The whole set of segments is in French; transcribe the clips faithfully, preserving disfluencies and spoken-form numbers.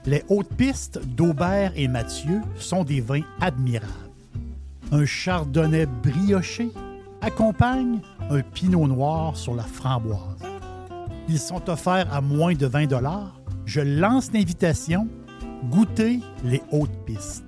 Les hautes pistes d'Aubert et Mathieu sont des vins admirables. Un chardonnay brioché accompagne un pinot noir sur la framboise. Ils sont offerts à moins de vingt dollars. Je lance l'invitation. Goûtez les hautes pistes.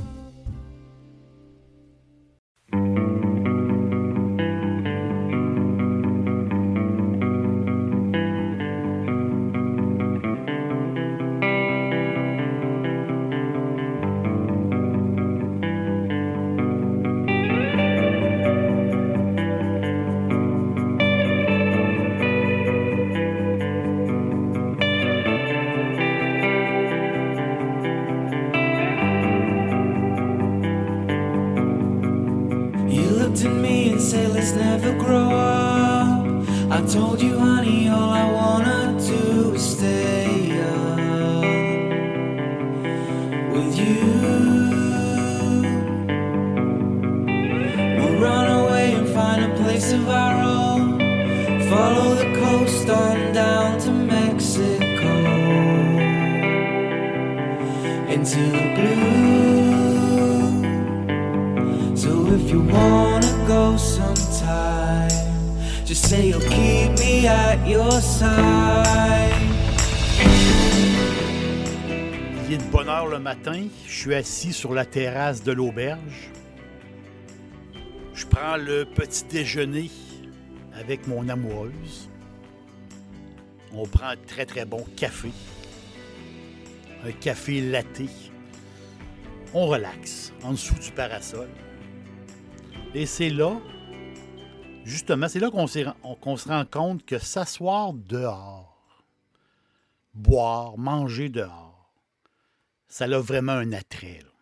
Je suis assis sur la terrasse de l'auberge. Je prends le petit déjeuner avec mon amoureuse. On prend un très très bon café. Un café latte. On relaxe en dessous du parasol. Et c'est là, justement, c'est là qu'on, s'est, qu'on se rend compte que s'asseoir dehors, boire, manger dehors, ça a vraiment un attrait. Là.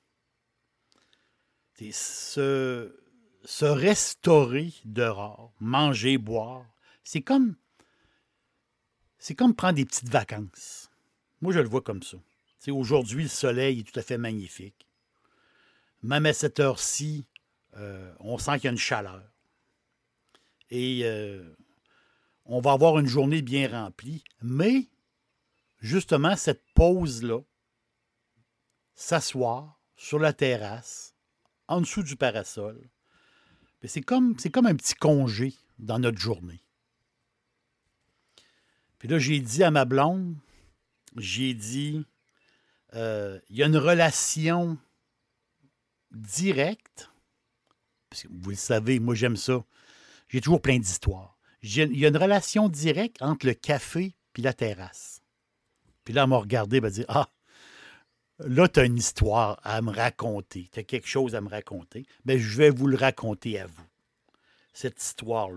Se, se restaurer dehors, manger, boire, c'est comme, c'est comme prendre des petites vacances. Moi, je le vois comme ça. T'sais, aujourd'hui, le soleil est tout à fait magnifique. Même à cette heure-ci, euh, on sent qu'il y a une chaleur. Et euh, on va avoir une journée bien remplie. Mais, justement, cette pause-là, s'asseoir sur la terrasse, en dessous du parasol. C'est comme, c'est comme un petit congé dans notre journée. Puis là, j'ai dit à ma blonde, j'ai dit, euh, il y a une relation directe, parce que vous le savez, moi j'aime ça, j'ai toujours plein d'histoires. J'ai, il y a une relation directe entre le café et la terrasse. Puis là, elle m'a regardé, elle m'a dit, ah, là, tu as une histoire à me raconter. Tu as quelque chose à me raconter. Bien, je vais vous le raconter à vous. Cette histoire-là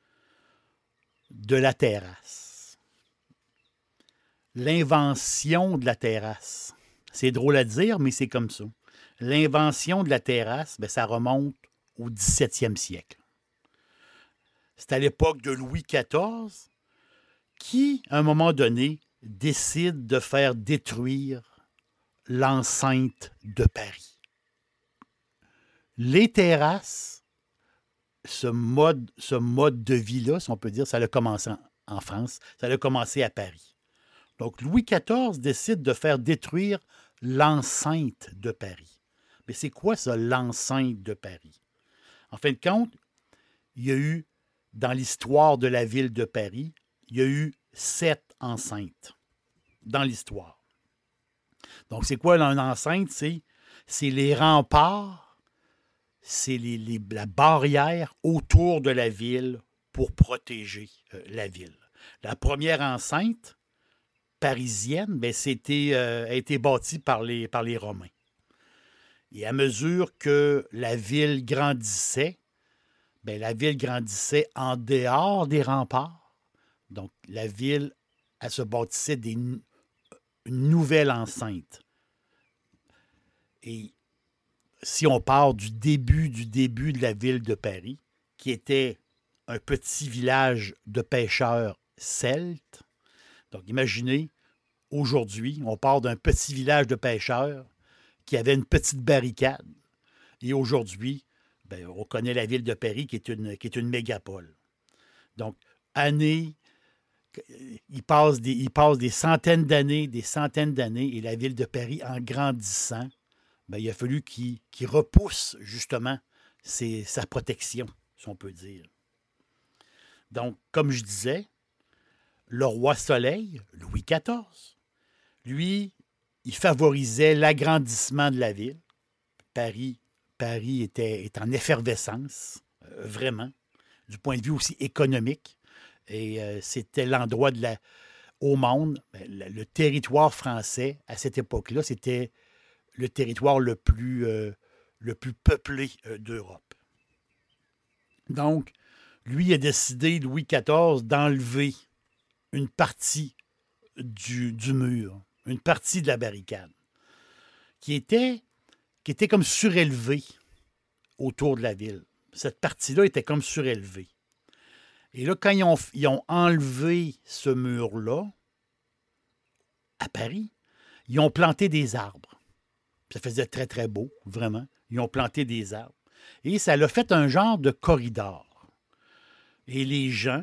de la terrasse. L'invention de la terrasse. C'est drôle à dire, mais c'est comme ça. L'invention de la terrasse, bien, ça remonte au dix-septième siècle. C'est à l'époque de Louis quatorze qui, à un moment donné, décide de faire détruire l'enceinte de Paris. Les terrasses, ce mode, ce mode de vie-là, si on peut dire, ça a commencé en, en France, ça a commencé à Paris. Donc, Louis quatorze décide de faire détruire l'enceinte de Paris. Mais c'est quoi ça, l'enceinte de Paris? En fin de compte, il y a eu, dans l'histoire de la ville de Paris, il y a eu sept enceintes dans l'histoire. Donc, c'est quoi une enceinte? C'est, c'est les remparts, c'est les, les, la barrière autour de la ville pour protéger euh, la ville. La première enceinte parisienne, bien, c'était, euh, a été bâtie par les, par les Romains. Et à mesure que la ville grandissait, bien, la ville grandissait en dehors des remparts. Donc, la ville, elle se bâtissait des, une nouvelle enceinte. Et si on part du début, du début de la ville de Paris, qui était un petit village de pêcheurs celtes, donc imaginez, aujourd'hui, on part d'un petit village de pêcheurs qui avait une petite barricade. Et aujourd'hui, bien, on connaît la ville de Paris qui est une, qui est une mégapole. Donc, année, il passe des, il passe des centaines d'années, des centaines d'années, et la ville de Paris, en grandissant, bien, il a fallu qu'il, qu'il repousse justement ses, sa protection, si on peut dire. Donc, comme je disais, le roi Soleil, Louis quatorze, lui, il favorisait l'agrandissement de la ville. Paris, Paris était, est en effervescence, euh, vraiment, du point de vue aussi économique. Et euh, c'était l'endroit de la, au monde, le, le territoire français, à cette époque-là, c'était le territoire le plus, euh, le plus peuplé euh, d'Europe. Donc, lui a décidé, Louis quatorze, d'enlever une partie du, du mur, une partie de la barricade, qui était, qui était comme surélevée autour de la ville. Cette partie-là était comme surélevée. Et là, quand ils ont, ils ont enlevé ce mur-là, à Paris, ils ont planté des arbres. Ça faisait très, très beau, vraiment. Ils ont planté des arbres. Et ça l'a fait un genre de corridor. Et les gens,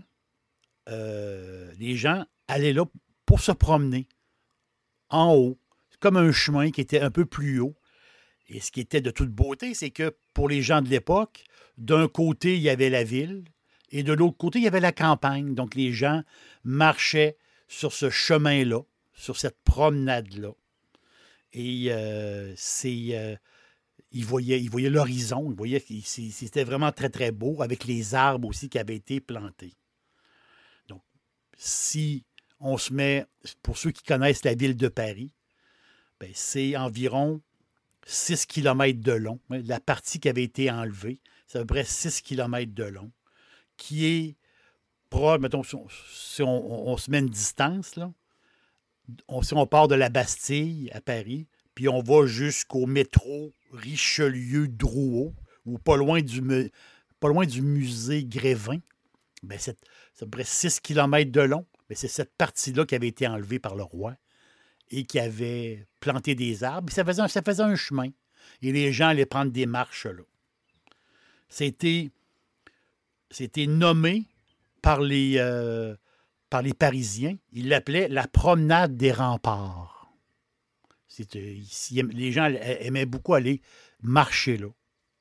euh, les gens allaient là pour se promener en haut, comme un chemin qui était un peu plus haut. Et ce qui était de toute beauté, c'est que pour les gens de l'époque, d'un côté, il y avait la ville, et de l'autre côté, il y avait la campagne. Donc, les gens marchaient sur ce chemin-là, sur cette promenade-là. Et euh, c'est, euh, ils voyaient, ils voyaient l'horizon, ils voyaient que c'était vraiment très, très beau, avec les arbres aussi qui avaient été plantés. Donc, si on se met, pour ceux qui connaissent la ville de Paris, bien, c'est environ six kilomètres de long. La partie qui avait été enlevée, c'est à peu près six kilomètres de long, qui est proche, mettons, si on, si on, on se met une distance, là, on, si on part de la Bastille à Paris, puis on va jusqu'au métro Richelieu-Drouot, ou pas loin du, pas loin du musée Grévin, bien, c'est, c'est à peu près six kilomètres de long. Bien, c'est cette partie-là qui avait été enlevée par le roi et qui avait planté des arbres. Ça faisait, un, ça faisait un chemin. Et les gens allaient prendre des marches là. C'était, c'était nommé par les, euh, par les Parisiens. Ils l'appelaient la promenade des remparts. C'était, les gens aimaient beaucoup aller marcher là.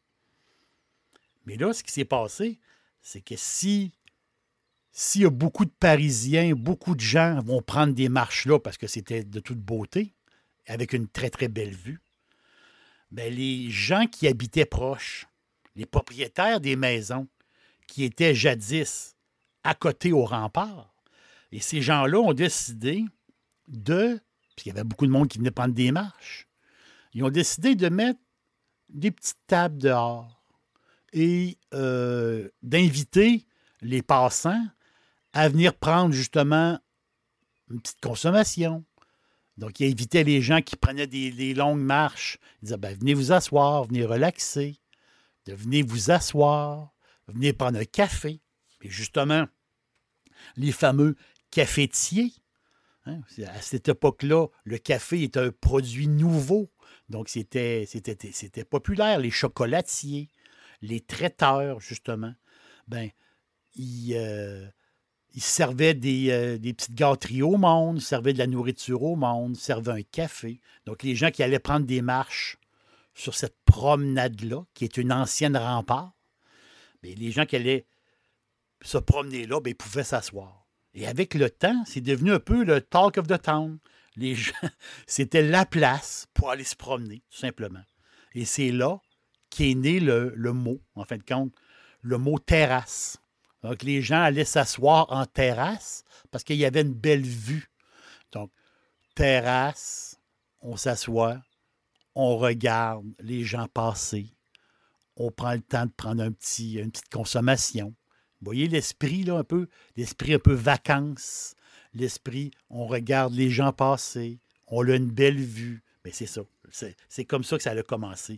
Mais là, ce qui s'est passé, c'est que si s'il y a beaucoup de Parisiens, beaucoup de gens vont prendre des marches là parce que c'était de toute beauté, avec une très, très belle vue, bien, les gens qui habitaient proches, les propriétaires des maisons qui étaient jadis à côté au rempart, et ces gens-là ont décidé de, parce qu'il y avait beaucoup de monde qui venait prendre des marches, ils ont décidé de mettre des petites tables dehors et euh, d'inviter les passants à venir prendre justement une petite consommation. Donc, il invitait les gens qui prenaient des, des longues marches. Il disait, ben, venez vous asseoir, venez relaxer, venez vous asseoir, venez prendre un café. Et justement, les fameux cafetiers, hein, à cette époque-là, le café est un produit nouveau. Donc, c'était, c'était, c'était populaire. Les chocolatiers, les traiteurs, justement, ben, ils... Euh, Ils servaient des, euh, des petites gâteries au monde, ils servaient de la nourriture au monde, ils servaient un café. Donc, les gens qui allaient prendre des marches sur cette promenade-là, qui est une ancienne rempart, bien, les gens qui allaient se promener là, bien, ils pouvaient s'asseoir. Et avec le temps, c'est devenu un peu le talk of the town. Les gens, c'était la place pour aller se promener, tout simplement. Et c'est là qu'est né le, le mot, en fin de compte, le mot terrasse. Donc, les gens allaient s'asseoir en terrasse parce qu'il y avait une belle vue. Donc, terrasse, on s'assoit, on regarde les gens passer, on prend le temps de prendre un petit, une petite consommation. Vous voyez l'esprit, là, un peu, l'esprit un peu vacances, l'esprit, on regarde les gens passer, on a une belle vue. Mais c'est ça, c'est, c'est comme ça que ça a commencé.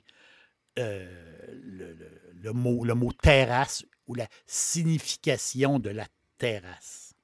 Euh, le, le, le, mot, le mot terrasse ou la signification de la terrasse.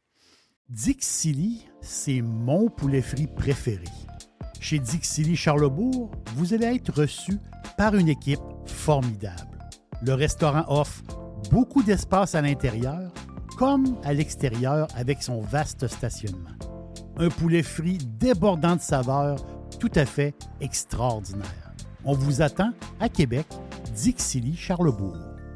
Dixili, c'est mon poulet frit préféré. Chez Dixili Charlebourg, vous allez être reçu par une équipe formidable. Le restaurant offre beaucoup d'espace à l'intérieur, comme à l'extérieur avec son vaste stationnement. Un poulet frit débordant de saveurs, tout à fait extraordinaire. On vous attend à Québec, Dixilly, Charlebourg.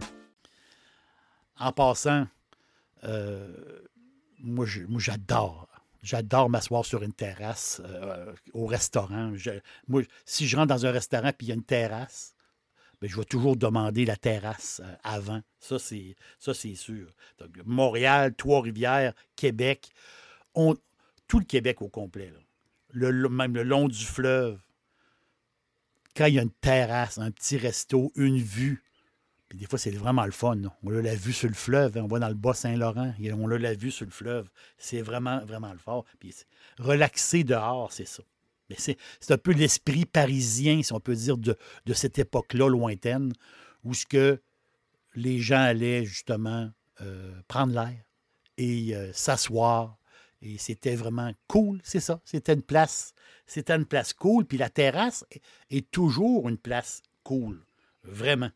En passant, euh, moi, je, moi j'adore. J'adore m'asseoir sur une terrasse euh, au restaurant. Je, moi, si je rentre dans un restaurant et il y a une terrasse, bien, je vais toujours demander la terrasse euh, avant. Ça, c'est, ça, c'est sûr. Donc, Montréal, Trois-Rivières, Québec, on, tout le Québec au complet. Là. Le, le, même le long du fleuve. Quand il y a une terrasse, un petit resto, une vue, puis des fois, c'est vraiment le fun. Là. On a la vue sur le fleuve. Hein. On va dans le Bas-Saint-Laurent. Et on a la vue sur le fleuve. C'est vraiment, vraiment le fort. Puis relaxer dehors, c'est ça. Mais c'est, c'est un peu l'esprit parisien, si on peut dire, de, de cette époque-là lointaine, où ce que les gens allaient justement euh, prendre l'air et euh, s'asseoir. Et c'était vraiment cool, c'est ça. C'était une place, c'était une place cool. Puis la terrasse est, est toujours une place cool. Vraiment.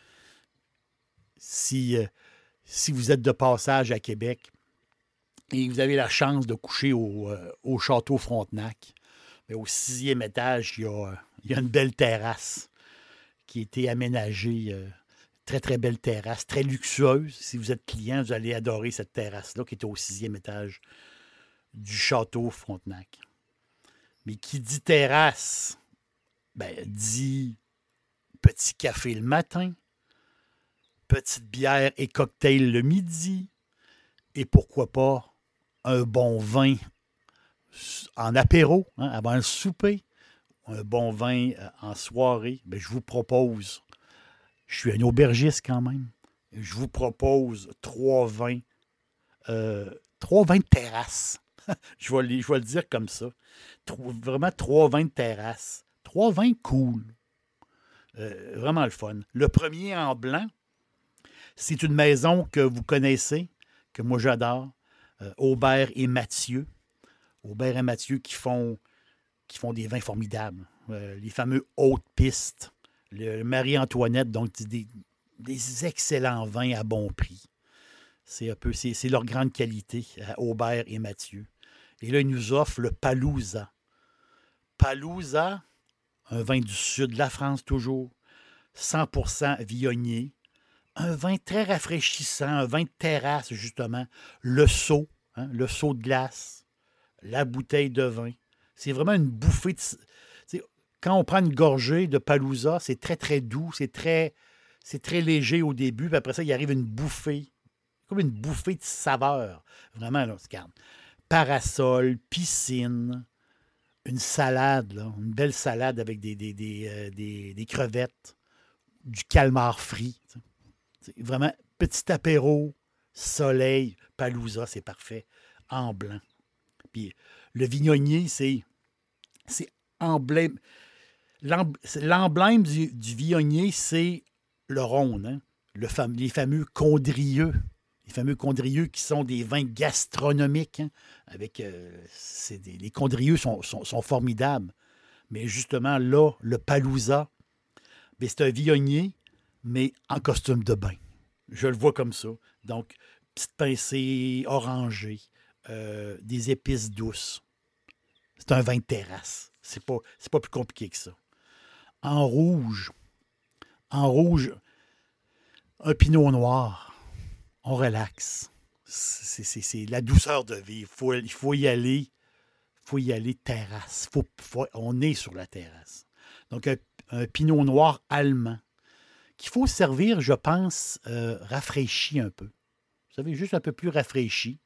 Si, euh, si vous êtes de passage à Québec et vous avez la chance de coucher au, euh, au Château Frontenac, mais au sixième étage, il y, a, il y a une belle terrasse qui a été aménagée. Euh, très, très belle terrasse, très luxueuse. Si vous êtes client, vous allez adorer cette terrasse-là qui est au sixième étage du Château Frontenac. Mais qui dit terrasse, ben, dit petit café le matin, petite bière et cocktail le midi, et pourquoi pas un bon vin en apéro, hein, avant le souper, un bon vin en soirée. Bien, je vous propose, je suis un aubergiste quand même, je vous propose trois vins, euh, trois vins de terrasse. je, vais les, je vais le dire comme ça. Trois, vraiment trois vins de terrasse. Trois vins cool. Euh, vraiment le fun. Le premier en blanc, c'est une maison que vous connaissez, que moi j'adore, euh, Aubert et Mathieu. Aubert et Mathieu qui font, qui font des vins formidables. Euh, les fameux hautes pistes. Le Marie-Antoinette, donc des, des excellents vins à bon prix. C'est un peu, c'est, c'est leur grande qualité, Aubert et Mathieu. Et là, ils nous offrent le Palouza. Palouza, un vin du sud de la France toujours, cent pour cent viognier. Un vin très rafraîchissant, un vin de terrasse, justement. Le seau, hein, le seau de glace, la bouteille de vin. C'est vraiment une bouffée de... Quand on prend une gorgée de Palouza, c'est très, très doux, c'est très, c'est très léger au début, puis après ça, il arrive une bouffée, comme une bouffée de saveur. Vraiment, là, regarde. Parasol, piscine, une salade, là, une belle salade avec des, des, des, euh, des, des crevettes, du calmar frit. C'est vraiment petit apéro, soleil, Palouza, c'est parfait, en blanc. Puis le vignonnier, c'est, c'est emblème. L'emblème du, du viognier, c'est le rhône, hein? le fam, les fameux condrieux. Les fameux condrieux qui sont des vins gastronomiques. Hein? Avec, euh, c'est des, les condrieux sont, sont, sont formidables. Mais justement, là, le Palouza, ben, c'est un viognier, mais en costume de bain. Je le vois comme ça. Donc, petite pincée orangée, euh, des épices douces. C'est un vin de terrasse. C'est pas, c'est pas plus compliqué que ça. En rouge, en rouge, un pinot noir. On relaxe. C'est, c'est, c'est la douceur de vie. Il faut, il faut y aller. Il faut y aller terrasse. Faut, faut, on est sur la terrasse. Donc, un, un pinot noir allemand qu'il faut servir, je pense, euh, rafraîchi un peu. Vous savez, juste un peu plus rafraîchi.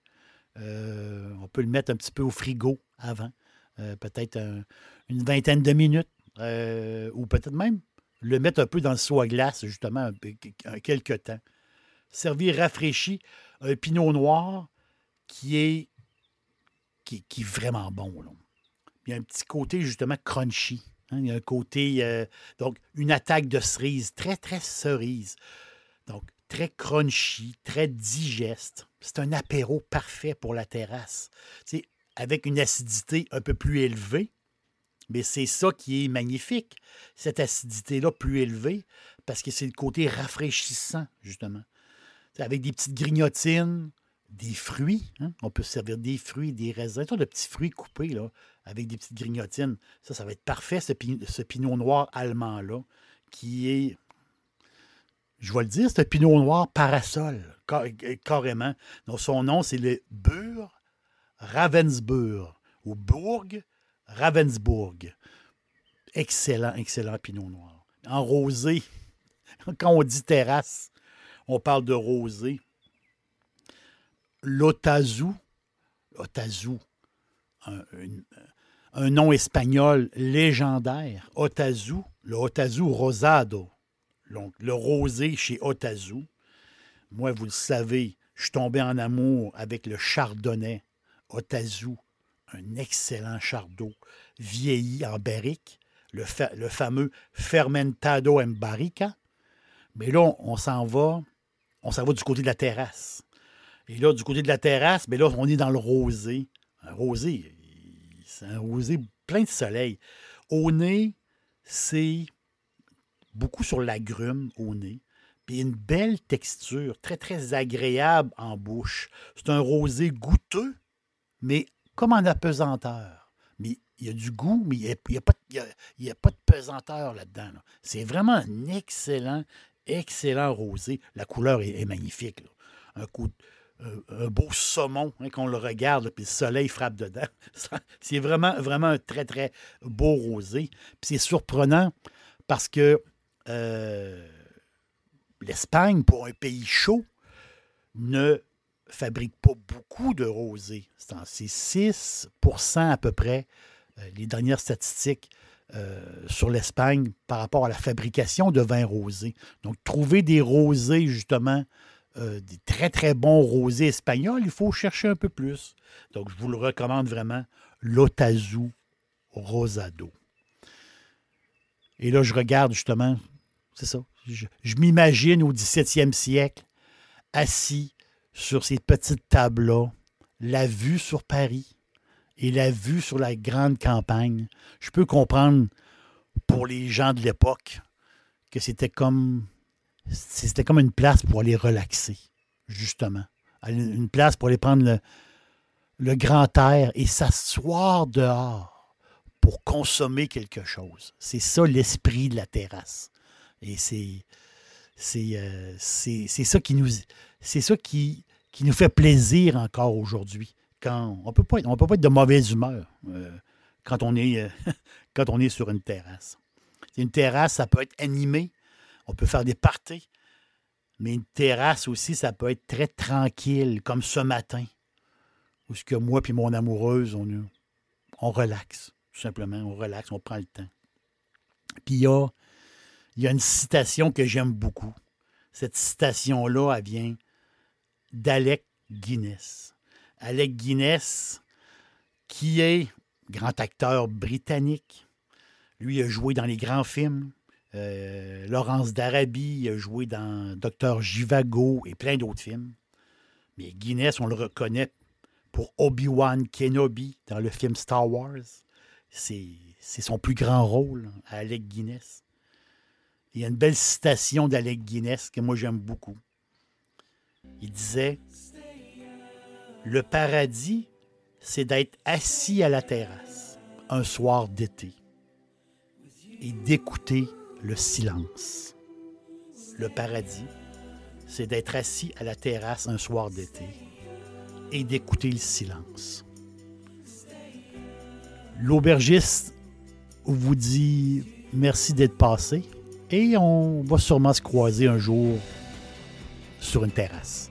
Euh, on peut le mettre un petit peu au frigo avant. Euh, peut-être un, une vingtaine de minutes. Euh, ou peut-être même le mettre un peu dans le seau à glace, justement, un peu, quelques temps. Servir rafraîchi un pinot noir qui est, qui, qui est vraiment bon. Là. Il y a un petit côté, justement, crunchy. Hein? Il y a un côté, euh, donc, une attaque de cerise, très, très cerise. Donc, très crunchy, très digeste. C'est un apéro parfait pour la terrasse. C'est avec une acidité un peu plus élevée, mais c'est ça qui est magnifique, cette acidité-là plus élevée, parce que c'est le côté rafraîchissant, justement. C'est avec des petites grignotines, des fruits. Hein? On peut se servir des fruits, des raisins, tout de petits fruits coupés là, avec des petites grignotines. Ça, ça va être parfait, ce, pi- ce pinot noir allemand-là, qui est, je vais le dire, c'est un pinot noir parasol, car- carrément. Donc, son nom, c'est le Bur Ravensburg, ou Bourg Ravensburg. Excellent, excellent pinot noir. En rosé, quand on dit terrasse, on parle de rosé. L'Otazu, Otazu, un, une- un nom espagnol légendaire. Otazu, le Otazu rosado. Donc, le rosé chez Otazu. Moi, vous le savez, je suis tombé en amour avec le chardonnay Otazu, un excellent chardot vieilli en barrique, le, fa- le fameux fermentado en barrica. Mais là, on s'en va, on s'en va du côté de la terrasse. Et là, du côté de la terrasse, mais là, on est dans le rosé. Un rosé, c'est un rosé plein de soleil. Au nez, c'est beaucoup sur l'agrume au nez. Puis une belle texture, très, très agréable en bouche. C'est un rosé goûteux, mais comme en apesanteur. Mais il y a du goût, mais il n'y a, il y a pas de- il y a- il y a pas de pesanteur là-dedans. là. C'est vraiment un excellent, excellent rosé. La couleur est, est magnifique. là. Un, coup, un, un beau saumon, hein, qu'on le regarde, là, puis le soleil frappe dedans. Ça, C'est vraiment, vraiment un très, très beau rosé. Puis c'est surprenant parce que euh, l'Espagne, pour un pays chaud, ne fabrique pas beaucoup de rosé. C'est en- c'est six pour cent à peu près, euh, les dernières statistiques euh, sur l'Espagne par rapport à la fabrication de vins rosés. Donc, trouver des rosés, justement, euh, des très, très bons rosés espagnols, il faut chercher un peu plus. Donc, je vous le recommande vraiment, l'Otazu Rosado. Et là, je regarde, justement, c'est ça, je, je m'imagine au dix-septième siècle, assis sur ces petites tables-là, la vue sur Paris et la vue sur la grande campagne. Je peux comprendre pour les gens de l'époque que c'était comme c'était comme une place pour aller relaxer, justement. Une place pour aller prendre le, le grand air et s'asseoir dehors pour consommer quelque chose. C'est ça l'esprit de la terrasse. Et c'est c'est euh, c'est c'est ça qui nous c'est ça qui, qui nous fait plaisir encore aujourd'hui. Quand on peut pas être, on peut pas être de mauvaise humeur euh, quand on est euh, quand on est sur une terrasse. Une terrasse, ça peut être animé, on peut faire des parties, mais une terrasse aussi, ça peut être très tranquille, comme ce matin, où ce que moi et mon amoureuse, on, on relaxe, tout simplement, on relaxe, on prend le temps. Puis il y a, il y a une citation que j'aime beaucoup. Cette citation-là, elle vient d'Alec Guinness. Alec Guinness, qui est grand acteur britannique. Lui, il a joué dans les grands films. Euh, Laurence d'Arabie, il a joué dans Docteur Jivago et plein d'autres films. Mais Guinness, on le reconnaît pour Obi-Wan Kenobi dans le film Star Wars. C'est, c'est son plus grand rôle, à Alec Guinness. Il y a une belle citation d'Alec Guinness que moi j'aime beaucoup. Il disait « Le paradis, c'est d'être assis à la terrasse un soir d'été et d'écouter le silence. Le paradis, c'est d'être assis à la terrasse un soir d'été et d'écouter le silence. » L'aubergiste vous dit merci d'être passé et on va sûrement se croiser un jour sur une terrasse.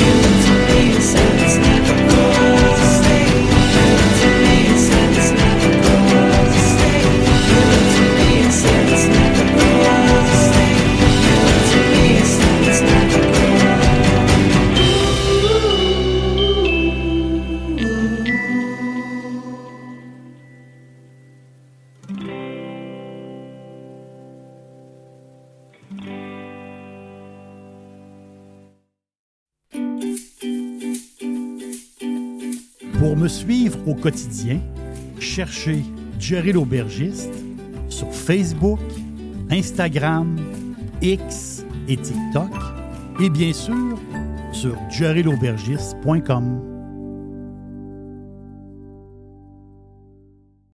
Sense never goes. Stay to me, sense never Pour me suivre au quotidien, cherchez Jerry l'Aubergiste sur Facebook, Instagram, X et TikTok et bien sûr sur jerry l'aubergiste point com.